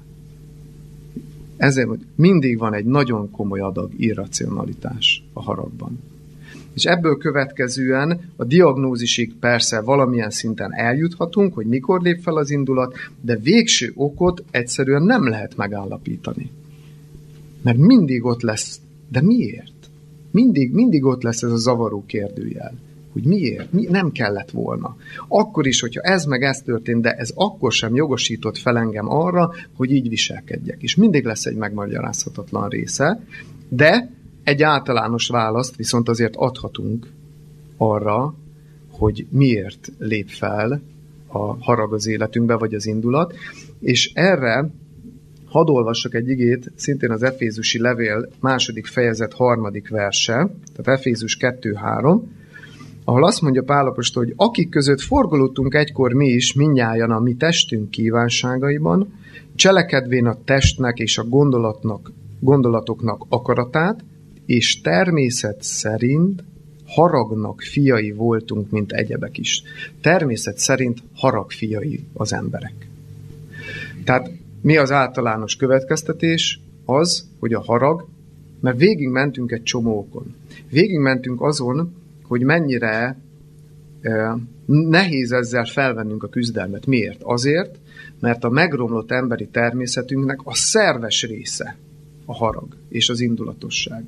A: Ezért, hogy mindig van egy nagyon komoly adag irracionalitás a haragban. És ebből következően a diagnózisig persze valamilyen szinten eljuthatunk, hogy mikor lép fel az indulat, de végső okot egyszerűen nem lehet megállapítani. Mert mindig ott lesz. De miért? Mindig, mindig ott lesz ez a zavaró kérdőjel. Hogy miért? Mi? Nem kellett volna. Akkor is, hogyha ez meg ez történt, de ez akkor sem jogosított fel engem arra, hogy így viselkedjek. És mindig lesz egy megmagyarázhatatlan része, de egy általános választ viszont azért adhatunk arra, hogy miért lép fel a harag az életünkbe, vagy az indulat, és erre hadd olvassak egy igét, szintén az Efézusi levél második fejezet harmadik verse, tehát Efézus kettő három, ahol azt mondja Pál apostol, hogy akik között forgolódtunk egykor mi is, mindnyájan a mi testünk kívánságaiban, cselekedvén a testnek és a gondolatnak, gondolatoknak akaratát, és természet szerint haragnak fiai voltunk, mint egyebek is. Természet szerint harag fiai az emberek. Tehát mi az általános következtetés? Az, hogy a harag, mert végig mentünk egy csomó okon. Végig mentünk azon, hogy mennyire eh, nehéz ezzel felvennünk a küzdelmet. Miért? Azért, mert a megromlott emberi természetünknek a szerves része a harag és az indulatosság.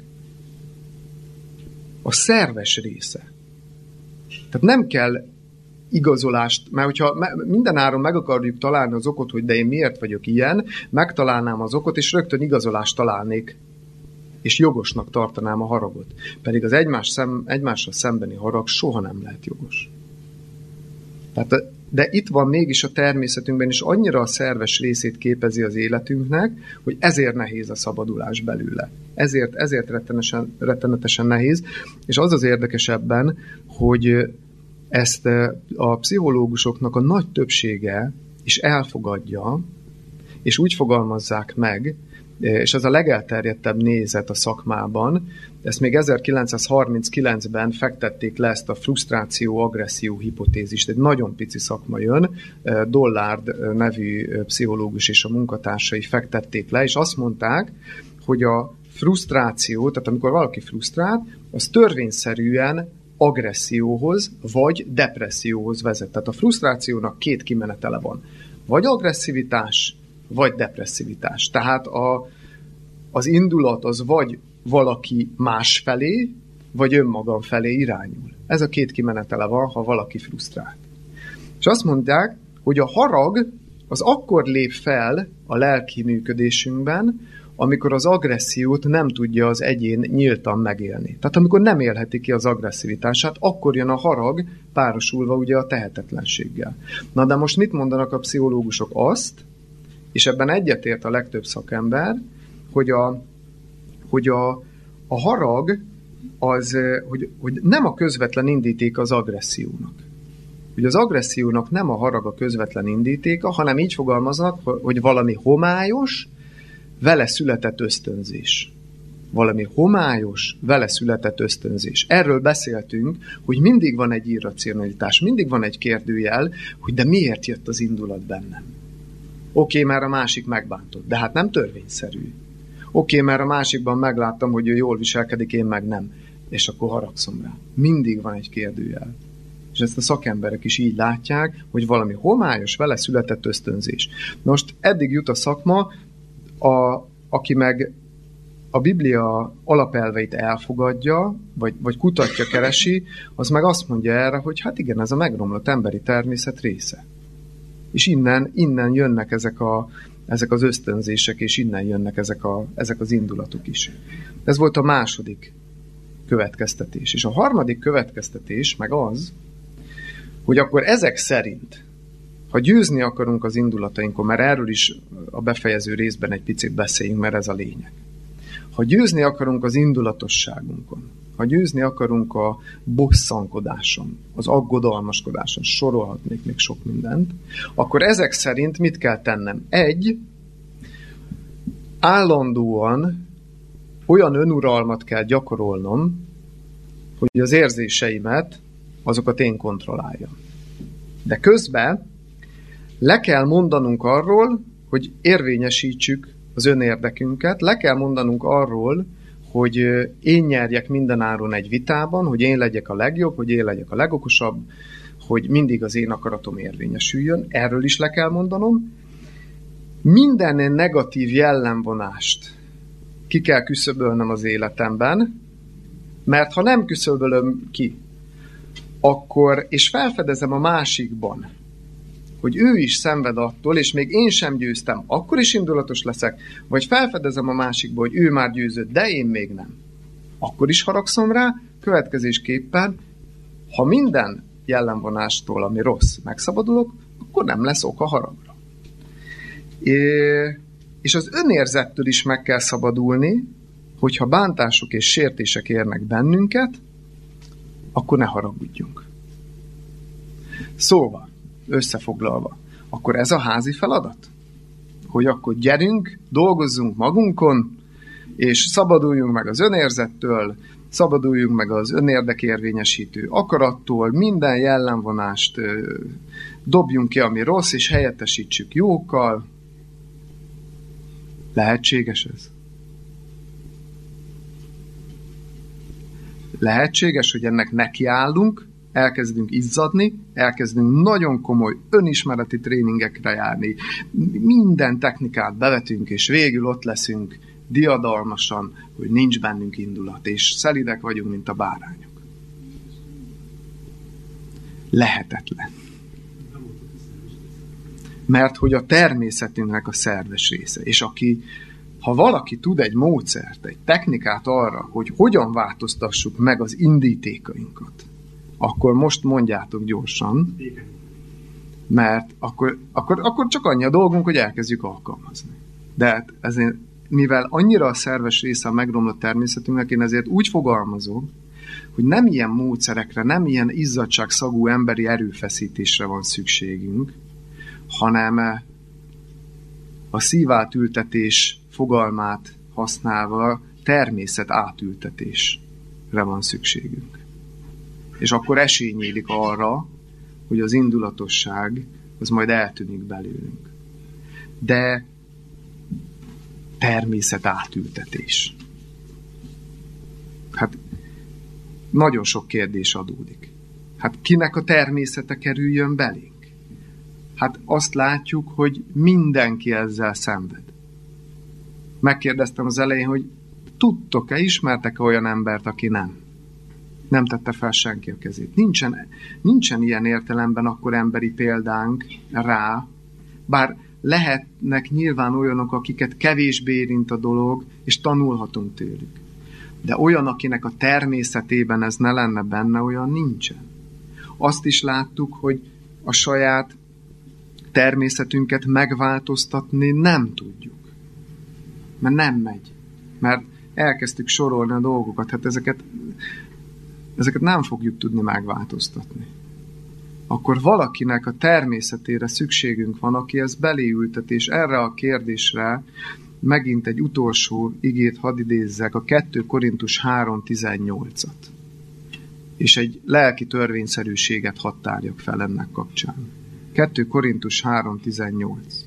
A: A szerves része. Tehát nem kell igazolást, mert hogyha mindenáron meg akarjuk találni az okot, hogy de én miért vagyok ilyen, megtalálnám az okot, és rögtön igazolást találnék, és jogosnak tartanám a haragot. Pedig az egymás szem, egymással szembeni harag soha nem lehet jogos. Tehát, de itt van mégis a természetünkben, és annyira a szerves részét képezi az életünknek, hogy ezért nehéz a szabadulás belőle. Ezért, ezért rettenetesen, rettenetesen nehéz, és az az érdekesebben, hogy ezt a pszichológusoknak a nagy többsége is elfogadja, és úgy fogalmazzák meg, és ez a legelterjedtebb nézet a szakmában. Ezt még ezerkilencszázharminckilencben fektették le, ezt a frusztráció-agresszió hipotézist. Egy nagyon pici szakma jön, Dollard nevű pszichológus és a munkatársai fektették le, és azt mondták, hogy a frusztráció, tehát amikor valaki frusztrált, az törvényszerűen agresszióhoz vagy depresszióhoz vezet. Tehát a frusztrációnak két kimenetele van. Vagy agresszivitás, vagy depresszivitás. Tehát a, az indulat az vagy valaki más felé, vagy önmagam felé irányul. Ez a két kimenetele van, ha valaki frusztrált. És azt mondják, hogy a harag az akkor lép fel a lelki működésünkben, amikor az agressziót nem tudja az egyén nyíltan megélni. Tehát amikor nem élheti ki az agresszivitását, akkor jön a harag, párosulva ugye a tehetetlenséggel. Na de most mit mondanak a pszichológusok? Azt, és ebben egyetért a legtöbb szakember, hogy a, hogy a, a harag az, hogy, hogy nem a közvetlen indíték az agressziónak. Hogy az agressziónak nem a harag a közvetlen indítéka, hanem így fogalmaznak, hogy valami homályos, vele született ösztönzés. Valami homályos, vele született ösztönzés. Erről beszéltünk, hogy mindig van egy irracionalitás, mindig van egy kérdőjel, hogy de miért jött az indulat bennem? Oké, okay, mert a másik megbántott, de hát nem törvényszerű. Oké, okay, mert a másikban megláttam, hogy ő jól viselkedik, én meg nem. És akkor haragszom rá. Mindig van egy kérdőjel. És ezt a szakemberek is így látják, hogy valami homályos, vele született ösztönzés. Most eddig jut a szakma, A, aki meg a Biblia alapelveit elfogadja, vagy, vagy kutatja, keresi, az meg azt mondja erre, hogy hát igen, ez a megromlott emberi természet része. És innen, innen jönnek ezek, a, ezek az ösztönzések, és innen jönnek ezek, a, ezek az indulatok is. Ez volt a második következtetés. És a harmadik következtetés meg az, hogy akkor ezek szerint, ha győzni akarunk az indulatainkon, mert erről is a befejező részben egy picit beszéljünk, mert ez a lényeg. Ha győzni akarunk az indulatosságunkon, ha győzni akarunk a bosszankodáson, az aggodalmaskodáson, sorolhatnék még sok mindent, akkor ezek szerint mit kell tennem? Egy, állandóan olyan önuralmat kell gyakorolnom, hogy az érzéseimet, azokat én kontrolláljam. De közben le kell mondanunk arról, hogy érvényesítsük az önérdekünket, le kell mondanunk arról, hogy én nyerjek mindenáron egy vitában, hogy én legyek a legjobb, hogy én legyek a legokosabb, hogy mindig az én akaratom érvényesüljön. Erről is le kell mondanom. Minden negatív jellemvonást ki kell küszöbölnöm az életemben, mert ha nem küszöbölöm ki, akkor, és felfedezem a másikban, hogy ő is szenved attól, és még én sem győztem, akkor is indulatos leszek, vagy felfedezem a másikba, hogy ő már győzött, de én még nem. Akkor is haragszom rá, következésképpen, ha minden jellemvonástól, ami rossz, megszabadulok, akkor nem lesz oka haragra. É, és az önérzettől is meg kell szabadulni, hogyha bántások és sértések érnek bennünket, akkor ne haragudjunk. Szóval, összefoglalva, akkor ez a házi feladat? Hogy akkor gyerünk, dolgozzunk magunkon, és szabaduljunk meg az önérzettől, szabaduljunk meg az önérdekérvényesítő akarattól, minden jellemvonást ö, dobjunk ki, ami rossz, és helyettesítsük jókkal. Lehetséges ez? Lehetséges, hogy ennek nekiállunk, elkezdünk izzadni, elkezdünk nagyon komoly önismereti tréningekre járni, minden technikát bevetünk, és végül ott leszünk diadalmasan, hogy nincs bennünk indulat, és szelidek vagyunk, mint a bárányok. Lehetetlen. Mert hogy a természetünknek a szerves része, és aki, ha valaki tud egy módszert, egy technikát arra, hogy hogyan változtassuk meg az indítékainkat, akkor most mondjátok gyorsan, mert akkor, akkor, akkor csak annyi a dolgunk, hogy elkezdjük alkalmazni. De ezért, mivel annyira a szerves része a megromlott természetünknek, én ezért úgy fogalmazom, hogy nem ilyen módszerekre, nem ilyen izzadságszagú emberi erőfeszítésre van szükségünk, hanem a szívátültetés fogalmát használva természet átültetésre van szükségünk. És akkor esély nyílik arra, hogy az indulatosság az majd eltűnik belőlünk. De természet átültetés. Hát nagyon sok kérdés adódik. Hát kinek a természete kerüljön belénk? Hát azt látjuk, hogy mindenki ezzel szenved. Megkérdeztem az elején, hogy tudtok-e, ismertek-e olyan embert, aki nem? Nem tette fel senki a kezét. Nincsen, nincsen ilyen értelemben akkor emberi példánk rá, bár lehetnek nyilván olyanok, akiket kevésbé érint a dolog, és tanulhatunk tőlük. De olyan, akinek a természetében ez ne lenne benne, olyan nincsen. Azt is láttuk, hogy a saját természetünket megváltoztatni nem tudjuk. Mert nem megy. Mert elkezdtük sorolni a dolgokat, hát ezeket, ezeket nem fogjuk tudni megváltoztatni. Akkor valakinek a természetére szükségünk van, aki ezt beléültet, és erre a kérdésre megint egy utolsó igét hadd idézzek, a kettő Korintus három tizennyolcat. És egy lelki törvényszerűséget hadd tárjak fel ennek kapcsán. kettő Korintus három tizennyolc.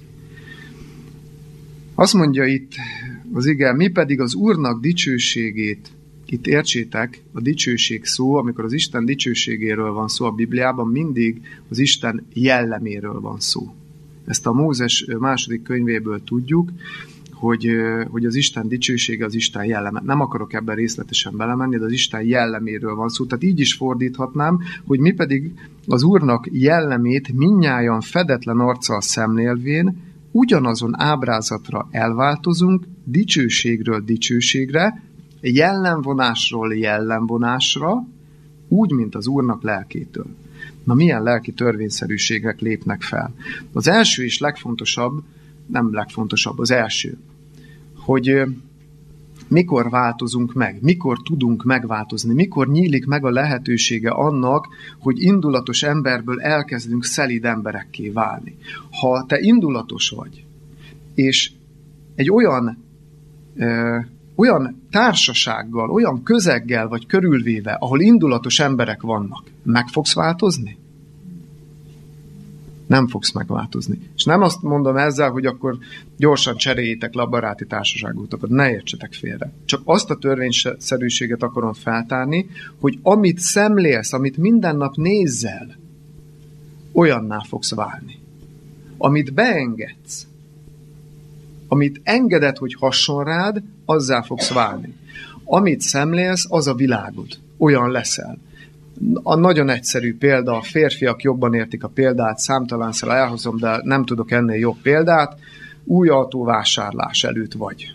A: Azt mondja itt az ige, mi pedig az Úrnak dicsőségét, itt értsétek, a dicsőség szó, amikor az Isten dicsőségéről van szó a Bibliában, mindig az Isten jelleméről van szó. Ezt a Mózes második könyvéből tudjuk, hogy, hogy az Isten dicsősége az Isten jelleme. Nem akarok ebben részletesen belemenni, de az Isten jelleméről van szó. Tehát így is fordíthatnám, hogy mi pedig az Úrnak jellemét mindnyájan fedetlen arccal szemlélvén ugyanazon ábrázatra elváltozunk, dicsőségről dicsőségre, jellemvonásról jellemvonásra, úgy, mint az Úrnak lelkétől. Na, milyen lelki törvényszerűségek lépnek fel? Az első és legfontosabb, nem legfontosabb, az első, hogy mikor változunk meg, mikor tudunk megváltozni, mikor nyílik meg a lehetősége annak, hogy indulatos emberből elkezdünk szelíd emberekké válni. Ha te indulatos vagy, és egy olyan, ö, olyan társasággal, olyan közeggel vagy körülvéve, ahol indulatos emberek vannak, meg fogsz változni? Nem fogsz megváltozni. És nem azt mondom ezzel, hogy akkor gyorsan cseréljétek le a baráti társaságotokat, ne értsetek félre. Csak azt a törvényszerűséget akarom feltárni, hogy amit szemlélsz, amit minden nap nézzel, olyanná fogsz válni. Amit beengedsz, amit engeded, hogy hasson rád, azzá fogsz válni. Amit szemlélsz, az a világod. Olyan leszel. A nagyon egyszerű példa, a férfiak jobban értik a példát, számtalanszor elhozom, de nem tudok ennél jobb példát, új autóvásárlás előtt vagy.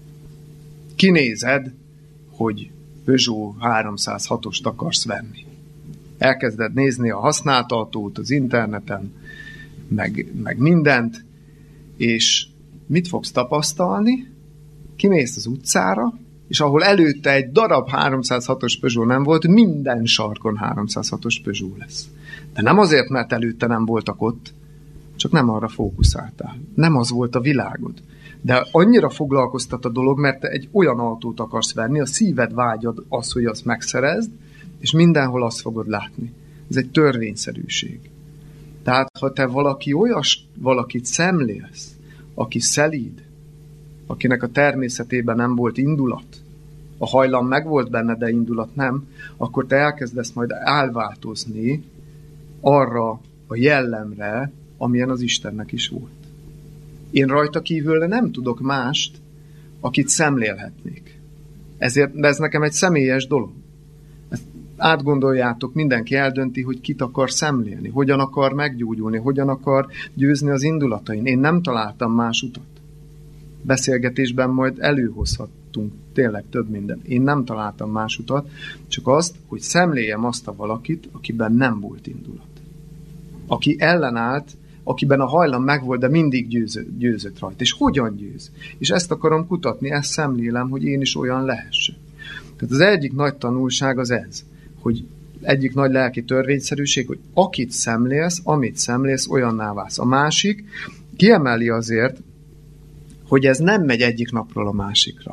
A: Kinézed, hogy Peugeot háromszázhatost akarsz venni. Elkezded nézni a használt autót az interneten, meg, meg mindent, és mit fogsz tapasztalni? Kimész az utcára, és ahol előtte egy darab háromszázhatos Peugeot nem volt, minden sarkon háromszázhatos Peugeot lesz. De nem azért, mert előtte nem voltak ott, csak nem arra fókuszáltál. Nem az volt a világod. De annyira foglalkoztat a dolog, mert te egy olyan autót akarsz venni, a szíved vágyad az, hogy azt megszerezd, és mindenhol azt fogod látni. Ez egy törvényszerűség. Tehát, ha te valaki olyas, valakit szemlélsz, aki szelíd, akinek a természetében nem volt indulat, a hajlam megvolt benne, de indulat nem, akkor te elkezdesz majd elváltozni arra a jellemre, amilyen az Istennek is volt. Én rajta kívül nem tudok mást, akit szemlélhetnék. Ezért, de ez nekem egy személyes dolog. Ezt átgondoljátok, mindenki eldönti, hogy kit akar szemlélni, hogyan akar meggyógyulni, hogyan akar győzni az indulatain. Én nem találtam más utat. Beszélgetésben majd előhozhattunk tényleg több mindent. Én nem találtam más utat, csak azt, hogy szemléljem azt a valakit, akiben nem volt indulat. Aki ellenállt, akiben a hajlam megvolt, de mindig győzött, győzött rajta. És hogyan győz? És ezt akarom kutatni, ezt szemlélem, hogy én is olyan lehessek. Tehát az egyik nagy tanulság az ez, hogy egyik nagy lelki törvényszerűség, hogy akit szemlélsz, amit szemlélsz, olyanná válsz. A másik kiemeli azért, hogy ez nem megy egyik napról a másikra.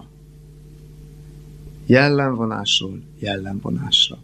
A: Jellemvonásról jellemvonásra.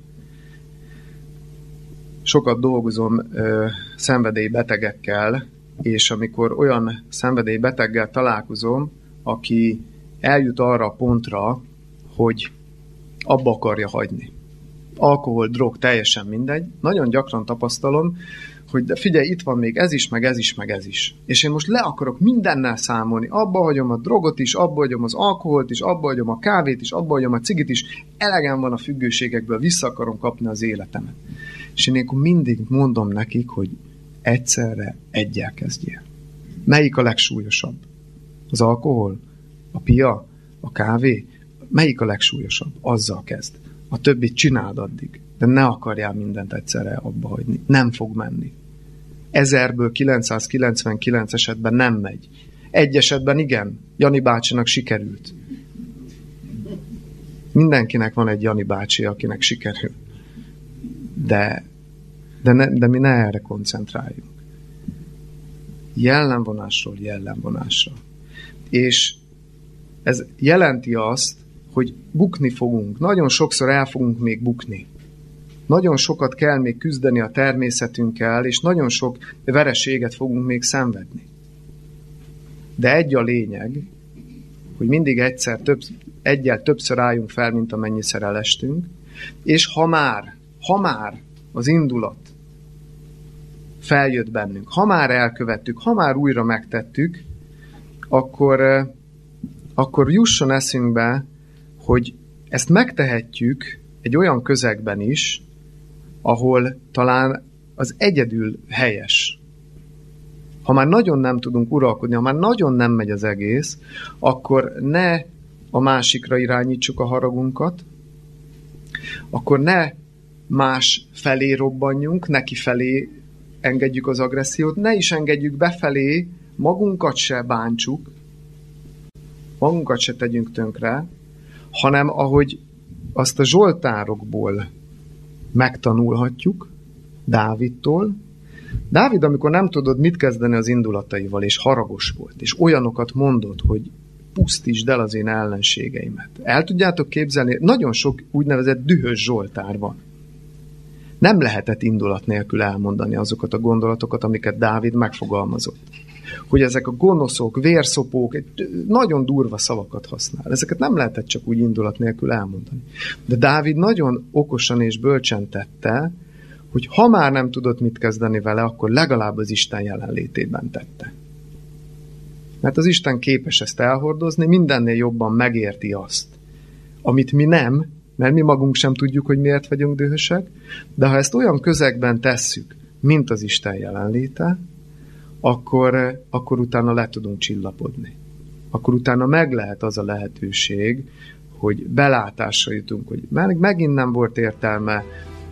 A: Sokat dolgozom ö, szenvedélybetegekkel, és amikor olyan szenvedélybeteggel találkozom, aki eljut arra a pontra, hogy abba akarja hagyni. Alkohol, drog, teljesen mindegy. Nagyon gyakran tapasztalom, hogy de figyelj, itt van még ez is, meg ez is, meg ez is. És én most le akarok mindennel számolni. Abba hagyom a drogot is, abba hagyom az alkoholt is, abba hagyom a kávét is, abba hagyom a cigit is. Elegem van a függőségekből, vissza akarom kapni az életemet. És én akkor mindig mondom nekik, hogy egyszerre egyel kezdjél. Melyik a legsúlyosabb? Az alkohol? A pia? A kávé? Melyik a legsúlyosabb? Azzal kezd. A többit csináld addig. De ne akarjál mindent egyszerre abba hagyni. Nem fog menni. Ezerből kilencszázkilencvenkilenc esetben nem megy. Egy esetben igen. Jani bácsinak sikerült. Mindenkinek van egy Jani bácsi, akinek sikerül. De, de, ne, de mi ne erre koncentráljunk. Jellemvonásról jellemvonásra. És ez jelenti azt, hogy bukni fogunk. Nagyon sokszor el fogunk még bukni. Nagyon sokat kell még küzdeni a természetünkkel, és nagyon sok vereséget fogunk még szenvedni. De egy a lényeg, hogy mindig egyszer, több, egyel többször álljunk fel, mint amennyiszer elestünk, és ha már, ha már az indulat feljött bennünk, ha már elkövettük, ha már újra megtettük, akkor, akkor jusson eszünkbe, hogy ezt megtehetjük egy olyan közegben is, ahol talán az egyedül helyes. Ha már nagyon nem tudunk uralkodni, ha már nagyon nem megy az egész, akkor ne a másikra irányítsuk a haragunkat, akkor ne más felé robbanjunk, neki felé engedjük az agressziót, ne is engedjük befelé, magunkat se bántsuk, magunkat se tegyünk tönkre, hanem ahogy azt a zsoltárokból megtanulhatjuk, Dávidtól. Dávid, amikor nem tudod mit kezdeni az indulataival, és haragos volt, és olyanokat mondott, hogy pusztítsd el az én ellenségeimet. El tudjátok képzelni? Nagyon sok úgynevezett dühös zsoltár van. Nem lehetett indulat nélkül elmondani azokat a gondolatokat, amiket Dávid megfogalmazott. Hogy ezek a gonoszok, vérszopók, nagyon durva szavakat használ. Ezeket nem lehetett csak úgy indulat nélkül elmondani. De Dávid nagyon okosan és bölcsen tette, hogy ha már nem tudott mit kezdeni vele, akkor legalább az Isten jelenlétében tette. Mert az Isten képes ezt elhordozni, mindennél jobban megérti azt, amit mi nem, mert mi magunk sem tudjuk, hogy miért vagyunk dühösek, de ha ezt olyan közegben tesszük, mint az Isten jelenléte, akkor, akkor utána le tudunk csillapodni. Akkor utána meg lehet az a lehetőség, hogy belátásra jutunk, hogy megint nem volt értelme,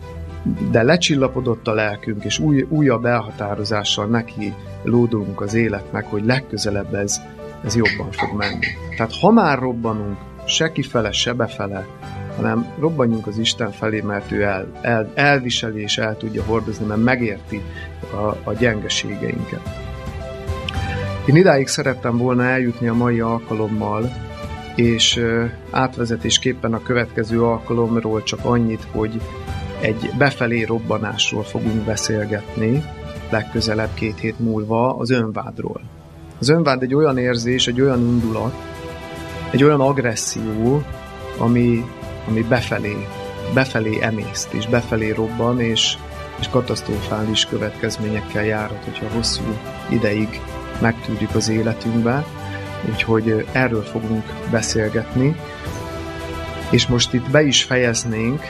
A: de lecsillapodott a lelkünk, és új, újabb elhatározással neki lódulunk az életnek, hogy legközelebb ez, ez jobban fog menni. Tehát ha már robbanunk, se kifele, se befele, hanem robbanjunk az Isten felé, mert ő el, el, elviseli és el tudja hordozni, mert megérti a, a gyengeségeinket. Én idáig szerettem volna eljutni a mai alkalommal, és átvezetésképpen a következő alkalomról csak annyit, hogy egy befelé robbanásról fogunk beszélgetni, legközelebb két hét múlva az önvádról. Az önvád egy olyan érzés, egy olyan indulat, egy olyan agresszió, ami, ami befelé, befelé emészt, és befelé robban, és, és katasztrofális következményekkel járhat, hogyha hosszú ideig megtűrjük az életünkbe. Úgyhogy erről fogunk beszélgetni. És most itt be is fejeznénk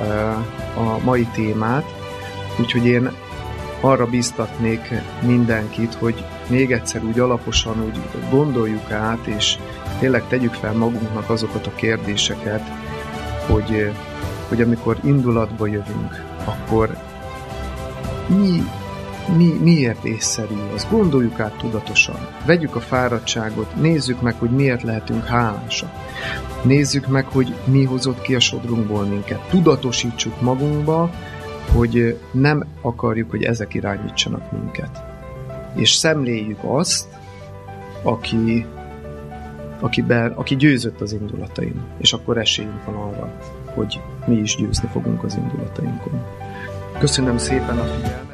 A: a mai témát, úgyhogy én arra bíztatnék mindenkit, hogy még egyszer úgy alaposan úgy gondoljuk át, és tényleg tegyük fel magunknak azokat a kérdéseket, hogy, hogy amikor indulatba jövünk, akkor mi, mi, miért észszerű az? Gondoljuk át tudatosan. Vegyük a fáradtságot, nézzük meg, hogy miért lehetünk hálásak. Nézzük meg, hogy mi hozott ki a sodrunkból minket. Tudatosítsuk magunkba, hogy nem akarjuk, hogy ezek irányítsanak minket. És szemléljük azt, aki, akiben, aki győzött az indulataim, és akkor esélyünk van arra, hogy mi is győzni fogunk az indulatainkon. Köszönöm szépen a figyelmet!